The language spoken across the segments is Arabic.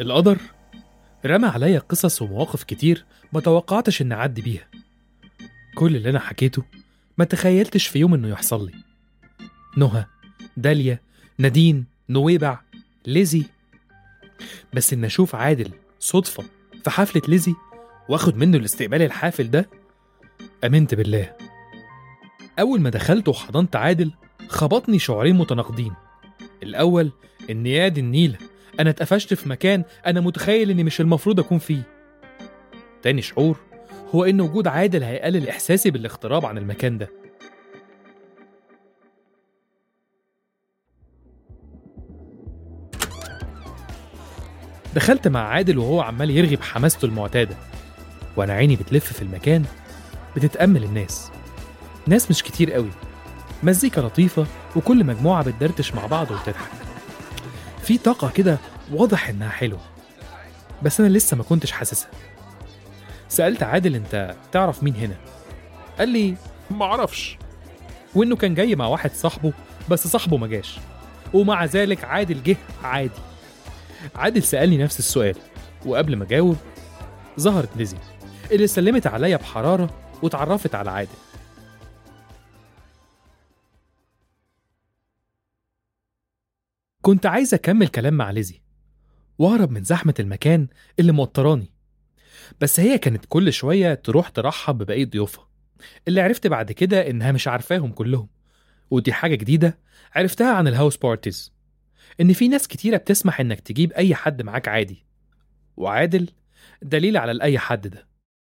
القدر رمى عليا قصص ومواقف كتير ما توقعتش إني أعدي بيها. كل اللي أنا حكيته ما تخيلتش في يوم إنه يحصل لي. نهى، داليا، نادين، نويبع، ليزي. بس إن أشوف عادل صدفة في حفلة ليزي واخد منه الاستقبال الحافل ده، أمنت بالله. أول ما دخلت وحضنت عادل خبطني شعورين متناقضين. الأول إن يا دي النيلة، أنا اتقفشت في مكان أنا متخيل إني مش المفروض أكون فيه. تاني شعور هو إن وجود عادل هيقلل إحساسي بالاغتراب عن المكان ده. دخلت مع عادل وهو عمال يرغي بحماسته المعتادة، وأنا عيني بتلف في المكان بتتأمل الناس. ناس مش كتير قوي، مزيكا لطيفة وكل مجموعة بتدردش مع بعض وتضحك. في طاقة كده واضح إنها حلوة، بس أنا لسه ما كنتش حاسسها. سألت عادل أنت تعرف مين هنا؟ قال لي معرفش، وإنه كان جاي مع واحد صاحبه بس صاحبه ما جاش، ومع ذلك عادل جه عادي. عادل سألني نفس السؤال، وقبل ما جاوب ظهرت ليزي اللي سلمت عليا بحرارة وتعرفت على عادل. كنت عايز أكمل كلام مع ليزي وأهرب من زحمة المكان اللي موتراني، بس هي كانت كل شوية تروح ترحب ببقية ضيوفها اللي عرفت بعد كده إنها مش عارفاهم كلهم. ودي حاجة جديدة عرفتها عن الهاوس بارتيز، إن في ناس كتيرة بتسمح إنك تجيب أي حد معاك عادي، وعادل دليل على الأي حد ده.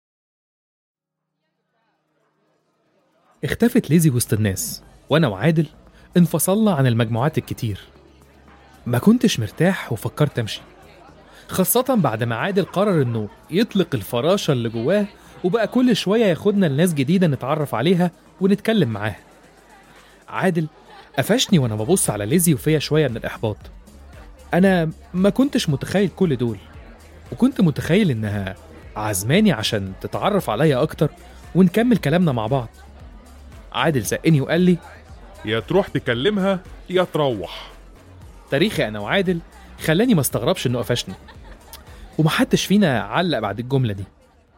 اختفت ليزي وسط الناس، وأنا وعادل انفصلنا عن المجموعات الكتير. ما كنتش مرتاح وفكرت أمشي، خاصة بعد ما عادل قرر إنه يطلق الفراشة اللي جواه وبقى كل شوية ياخدنا لناس جديدة نتعرف عليها ونتكلم معاها. عادل قفشني وأنا ببص على ليزي وفيا شوية من الإحباط. أنا ما كنتش متخيل كل دول، وكنت متخيل إنها عزماني عشان تتعرف عليا أكتر ونكمل كلامنا مع بعض. عادل زقني وقال لي يا تروح تكلمها يا تروح. تاريخي أنا وعادل خلاني ما استغربش إنه قفشني، ومحدش فينا علق بعد الجملة دي.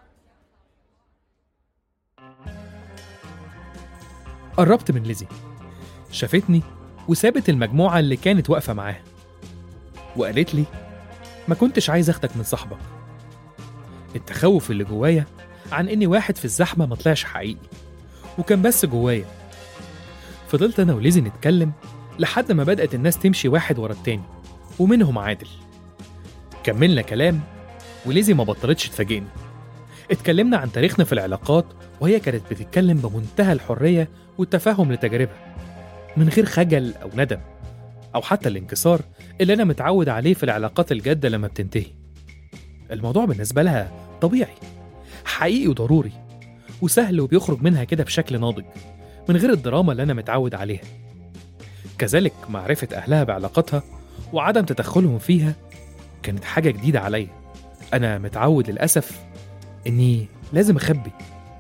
قربت من ليزي، شافتني وسابت المجموعة اللي كانت واقفة معاها وقالت لي ما كنتش عايز أخدك من صاحبك. التخوف اللي جوايا عن إني واحد في الزحمة ما طلعش حقيقي، وكان بس جوايا. فضلت أنا وليزي نتكلم لحد ما بدأت الناس تمشي واحد ورا التاني، ومنهم عادل. كملنا كلام وليزي ما بطلتش تفاجئني. اتكلمنا عن تاريخنا في العلاقات، وهي كانت بتتكلم بمنتهى الحرية والتفاهم لتجاربها، من غير خجل أو ندم أو حتى الانكسار اللي أنا متعود عليه في العلاقات الجادة لما بتنتهي. الموضوع بالنسبة لها طبيعي، حقيقي وضروري، وسهل وبيخرج منها كده بشكل ناضج من غير الدراما اللي أنا متعود عليها. كذلك معرفة أهلها بعلاقتها وعدم تدخلهم فيها كانت حاجة جديدة عليا. أنا متعود للأسف إني لازم أخبي.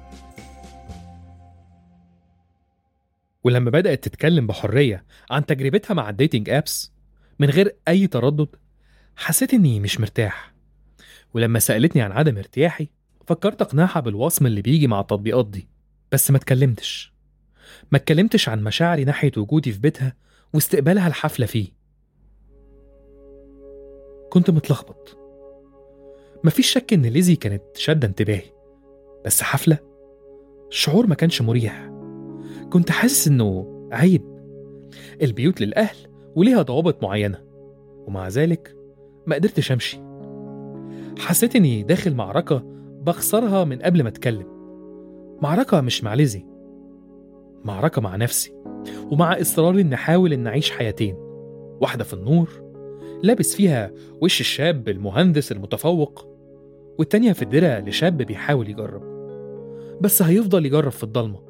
ولما بدأت تتكلم بحرية عن تجربتها مع الديتينج أبس من غير أي تردد، حسيت إني مش مرتاح. ولما سألتني عن عدم ارتياحي فكرت أقنعها بالوصم اللي بيجي مع التطبيقات دي، بس ما اتكلمتش عن مشاعري ناحية وجودي في بيتها واستقبالها الحفلة فيه. كنت متلخبط. مفيش شك إن ليزي كانت شادة انتباهي، بس حفلة؟ الشعور ما كانش مريح. كنت حاسس إنه عيب. البيوت للأهل وليها ضوابط معينة، ومع ذلك ما قدرتش أمشي. حسيت إني داخل معركة بخسرها من قبل ما أتكلم. معركة مش مع ليزي، معركة مع نفسي، ومع إصراري إن أحاول إن أعيش حياتين، واحدة في النور لابس فيها وش الشاب المهندس المتفوق، والتانية في الدرة لشاب بيحاول يجرب بس هيفضل يجرب في الضلمة.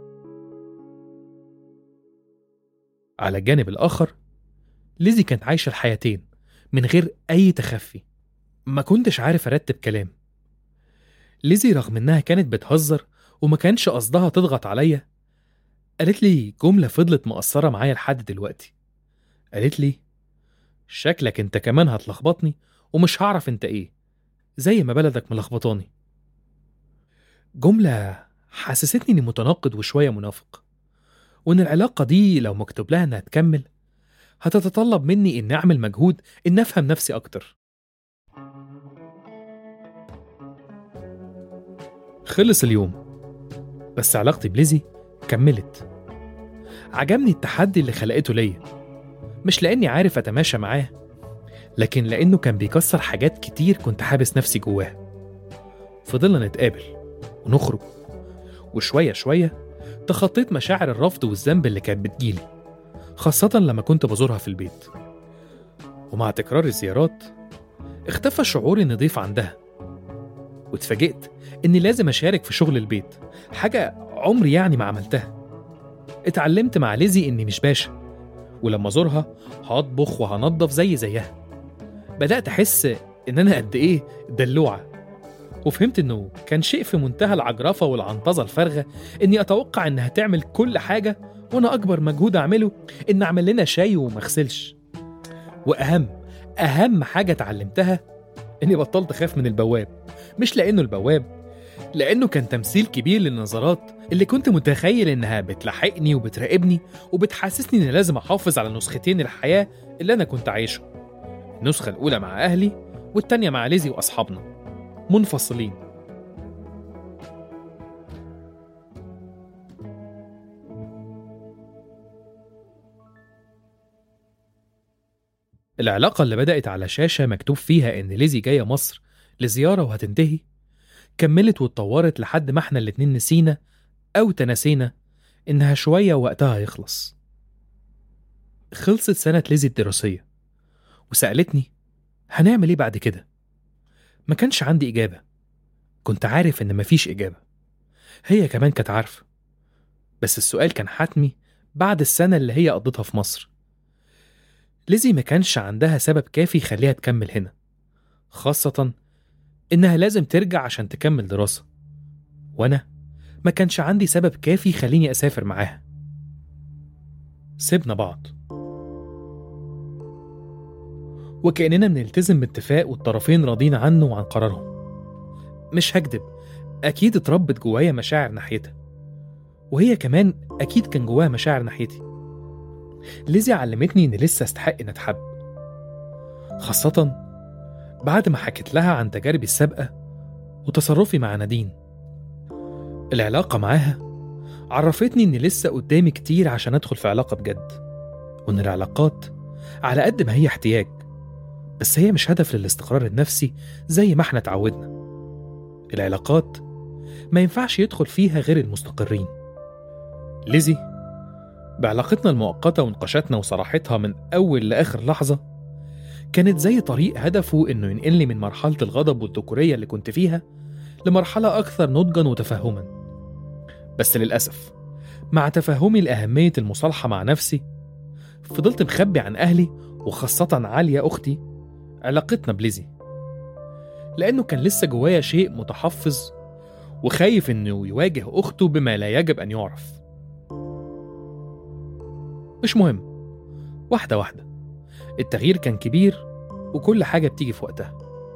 على الجانب الآخر ليزي كانت عايشة الحياتين من غير أي تخفي. ما كنتش عارف أرتب كلام. ليزي رغم إنها كانت بتهزر وما كانش قصدها تضغط عليا، قالت لي جملة فضلت مأثرة معايا لحد دلوقتي. قالت لي شكلك انت كمان هتلخبطني ومش هعرف انت ايه، زي ما بلدك ملخبطاني. جملة حسستني اني متناقض وشوية منافق، وان العلاقة دي لو مكتوب لها انها تكمل هتتطلب مني اني اعمل مجهود ان افهم نفسي اكتر. خلص اليوم، بس علاقتي بليزي كملت. عجبني التحدي اللي خلقته ليا، مش لاني عارف اتماشى معاه، لكن لانه كان بيكسر حاجات كتير كنت حابس نفسي جواها. فضلنا نتقابل ونخرج، وشوية شوية تخطيت مشاعر الرفض والذنب اللي كانت بتجيلي، خاصة لما كنت بزورها في البيت. ومع تكرار الزيارات اختفى شعوري اني ضيف عندها، واتفاجئت اني لازم اشارك في شغل البيت، حاجة عمري يعني ما عملتها. اتعلمت مع ليزي اني مش باشا، ولما ازورها هطبخ وهنضف زيها. بدأت احس ان انا قد ايه دلوعة، وفهمت انه كان شيء في منتهى العجرفة والعنطزة الفارغة اني اتوقع انها تعمل كل حاجة، وانا اكبر مجهود اعمله ان اعمل لنا شاي ومغسلش. واهم حاجة اتعلمتها اني بطلت اخاف من البواب، مش لانه البواب، لانه كان تمثيل كبير للنظرات اللي كنت متخيل انها بتلاحقني وبتراقبني وبتحسسني اني لازم احافظ على نسختين الحياة اللي انا كنت عايشه. النسخة الاولى مع اهلي، والتانية مع ليزي واصحابنا، منفصلين. العلاقة اللي بدأت على شاشة مكتوب فيها إن ليزي جاية مصر لزيارة وهتنتهي، كملت واتطورت لحد ما احنا الاتنين نسينا أو تناسينا إنها شوية وقتها هيخلص. خلصت سنة ليزي الدراسية، وسألتني هنعمل إيه بعد كده؟ ما كانش عندي إجابة، كنت عارف إن مفيش إجابة، هي كمان كانت عارفة، بس السؤال كان حتمي بعد السنة اللي هي قضتها في مصر. ليزي ما كانش عندها سبب كافي يخليها تكمل هنا، خاصة إنها لازم ترجع عشان تكمل دراسة، وأنا ما كانش عندي سبب كافي يخليني أسافر معاها. سيبنا بعض، وكأننا بنلتزم باتفاق والطرفين راضين عنه وعن قرارهم. مش هكدب، أكيد اتربت جوايا مشاعر ناحيتها، وهي كمان أكيد كان جواها مشاعر ناحيتي. ليزي علمتني إن لسه أستحق إن أتحب، خاصة بعد ما حكيت لها عن تجاربي السابقة وتصرفي مع نادين. العلاقة معاها عرفتني إن لسه قدامي كتير عشان أدخل في علاقة بجد، وإن العلاقات على قد ما هي احتياج، بس هي مش هدف للاستقرار النفسي زي ما احنا اتعودنا. العلاقات ما ينفعش يدخل فيها غير المستقرين. ليزي بعلاقتنا المؤقتة ونقاشاتنا وصراحتها من أول لآخر لحظة كانت زي طريق هدفه إنه ينقلني من مرحلة الغضب والذكورية اللي كنت فيها لمرحلة أكثر نضجا وتفهما. بس للأسف مع تفهمي لأهمية المصالحة مع نفسي فضلت مخبي عن أهلي، وخاصة عليا أختي، علاقتنا بليزي، لأنه كان لسه جوايا شيء متحفظ وخايف إنه يواجه أخته بما لا يجب أن يعرف. مش مهم، واحدة واحدة التغيير كان كبير، وكل حاجة بتيجي في وقتها.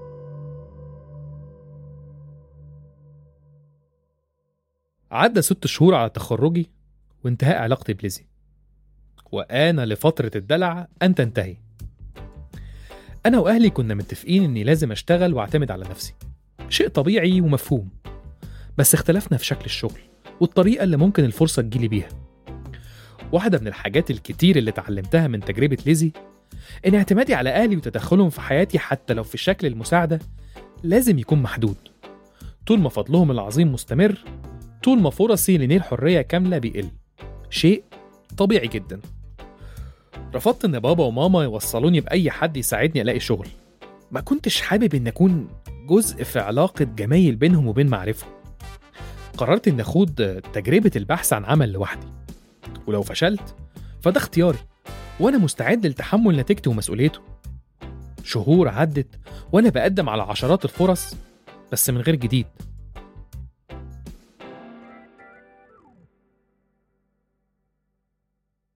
عدى 6 شهور على تخرجي وانتهاء علاقتي بليزي، وآن لفترة الدلع أن تنتهي. أنا وأهلي كنا متفقين إني لازم أشتغل وأعتمد على نفسي، شيء طبيعي ومفهوم، بس اختلفنا في شكل الشغل والطريقة اللي ممكن الفرصة تجيلي بيها. واحدة من الحاجات الكتير اللي اتعلمتها من تجربة ليزي إن اعتمادي على أهلي وتدخلهم في حياتي حتى لو في شكل المساعدة لازم يكون محدود. طول ما فضلهم العظيم مستمر، طول ما فرصي لنيل حرية كاملة بيقل، شيء طبيعي جدا. رفضت إن بابا وماما يوصلوني بأي حد يساعدني ألاقي شغل، ما كنتش حابب إن أكون جزء في علاقة جمايل بينهم وبين معرفة. قررت إن أخوض تجربة البحث عن عمل لوحدي، ولو فشلت فده اختياري، وأنا مستعد لتحمل نتيجته ومسؤوليته. شهور عدت وأنا بقدم على عشرات الفرص، بس من غير جديد.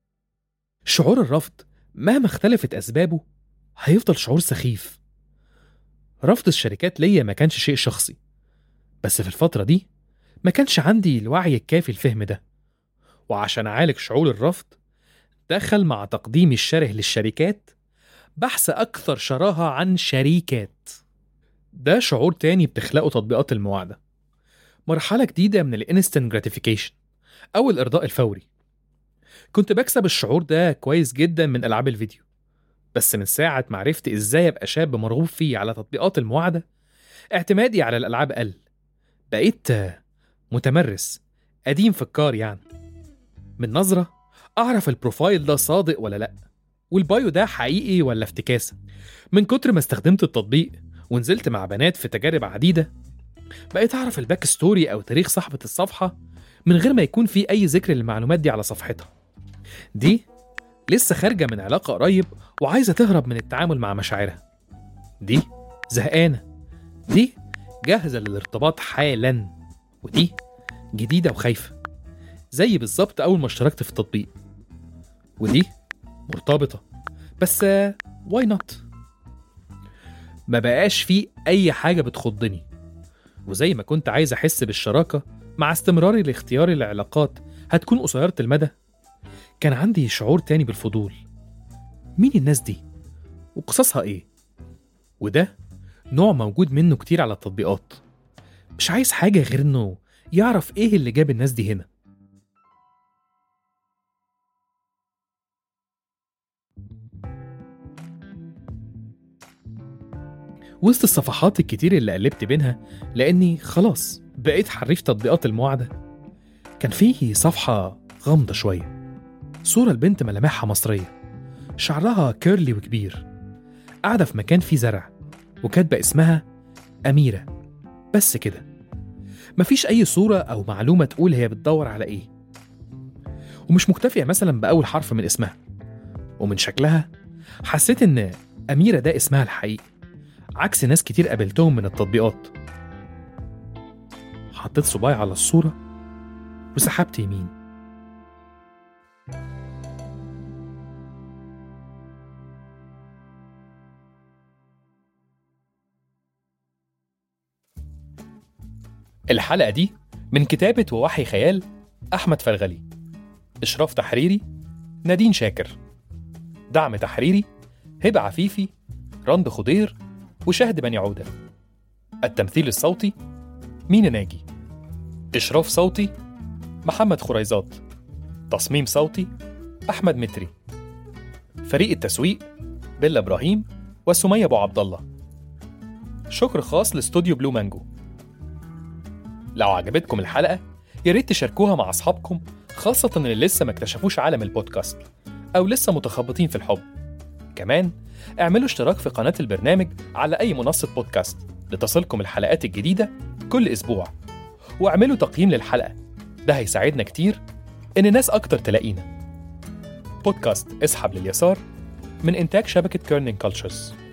شعور الرفض مهما اختلفت أسبابه هيفضل شعور سخيف، رفض الشركات ليا ما كانش شيء شخصي، بس في الفترة دي ما كانش عندي الوعي الكافي الفهم ده. وعشان أعالج شعور الرفض دخل مع تقديمي الشره للشركات بحث أكثر شراهة عن شريكات. ده شعور تاني بتخلقه تطبيقات المواعدة، مرحلة جديدة من الانستنت جراتيفيكيشن أو الإرضاء الفوري. كنت بكسب الشعور ده كويس جدا من ألعاب الفيديو، بس من ساعة ما عرفت إزاي أبقى شاب مرغوب فيه على تطبيقات المواعدة اعتمادي على الألعاب قل. بقيت متمرس قديم في الكار يعني، من نظرة أعرف البروفايل ده صادق ولا لأ، والبايو ده حقيقي ولا افتكاسة. من كتر ما استخدمت التطبيق ونزلت مع بنات في تجارب عديدة بقيت أعرف الباك ستوري أو تاريخ صاحبة الصفحة من غير ما يكون في أي ذكر للمعلومات دي على صفحتها. دي لسه خارجة من علاقة قريب وعايزة تهرب من التعامل مع مشاعرها. دي زهقانة. دي جاهزة للارتباط حالا. ودي جديدة وخايفة زي بالظبط أول ما اشتركت في التطبيق. ودي مرتبطة بس واي نوت. ما بقاش فيه أي حاجة بتخضني، وزي ما كنت عايز أحس بالشراكة مع استمراري لاختياري لعلاقات هتكون قصيرة المدى، كان عندي شعور تاني بالفضول. مين الناس دي؟ وقصصها إيه؟ وده نوع موجود منه كتير على التطبيقات، مش عايز حاجة غير إنه يعرف إيه اللي جاب الناس دي هنا. وسط الصفحات الكتير اللي قلبت بينها لأني خلاص بقيت حريف تطبيقات المواعدة، كان فيه صفحة غامضة شوية، صورة البنت ملامحها مصرية، شعرها كيرلي وكبير، قاعدة في مكان فيه زرع، وكاتبة اسمها أميرة. بس كده، مفيش أي صورة أو معلومة تقول هي بتدور على إيه، ومش مكتفية مثلا بأول حرف من اسمها. ومن شكلها حسيت إن أميرة ده اسمها الحقيقي، عكس ناس كتير قابلتهم من التطبيقات. حطيت صباعي على الصورة وسحبت يمين. الحلقة دي من كتابة ووحي خيال أحمد فرغلي، إشراف تحريري نادين شاكر، دعم تحريري هبة عفيفي، رند خضير، وشهد بني عودة. التمثيل الصوتي مينا ناجي، إشراف صوتي محمد خريزات، تصميم صوتي أحمد متري، فريق التسويق بيلا إبراهيم وسمية أبو عبد الله. شكر خاص لاستوديو بلو مانجو. لو عجبتكم الحلقة ياريت تشاركوها مع أصحابكم، خاصة اللي لسه ما اكتشفوش عالم البودكاست أو لسه متخبطين في الحب. كمان اعملوا اشتراك في قناة البرنامج على أي منصة بودكاست لتصلكم الحلقات الجديدة كل أسبوع، واعملوا تقييم للحلقة، ده هيساعدنا كتير إن ناس أكتر تلاقينا. بودكاست اسحب لليسار من إنتاج شبكة كيرنينج كولتشرز.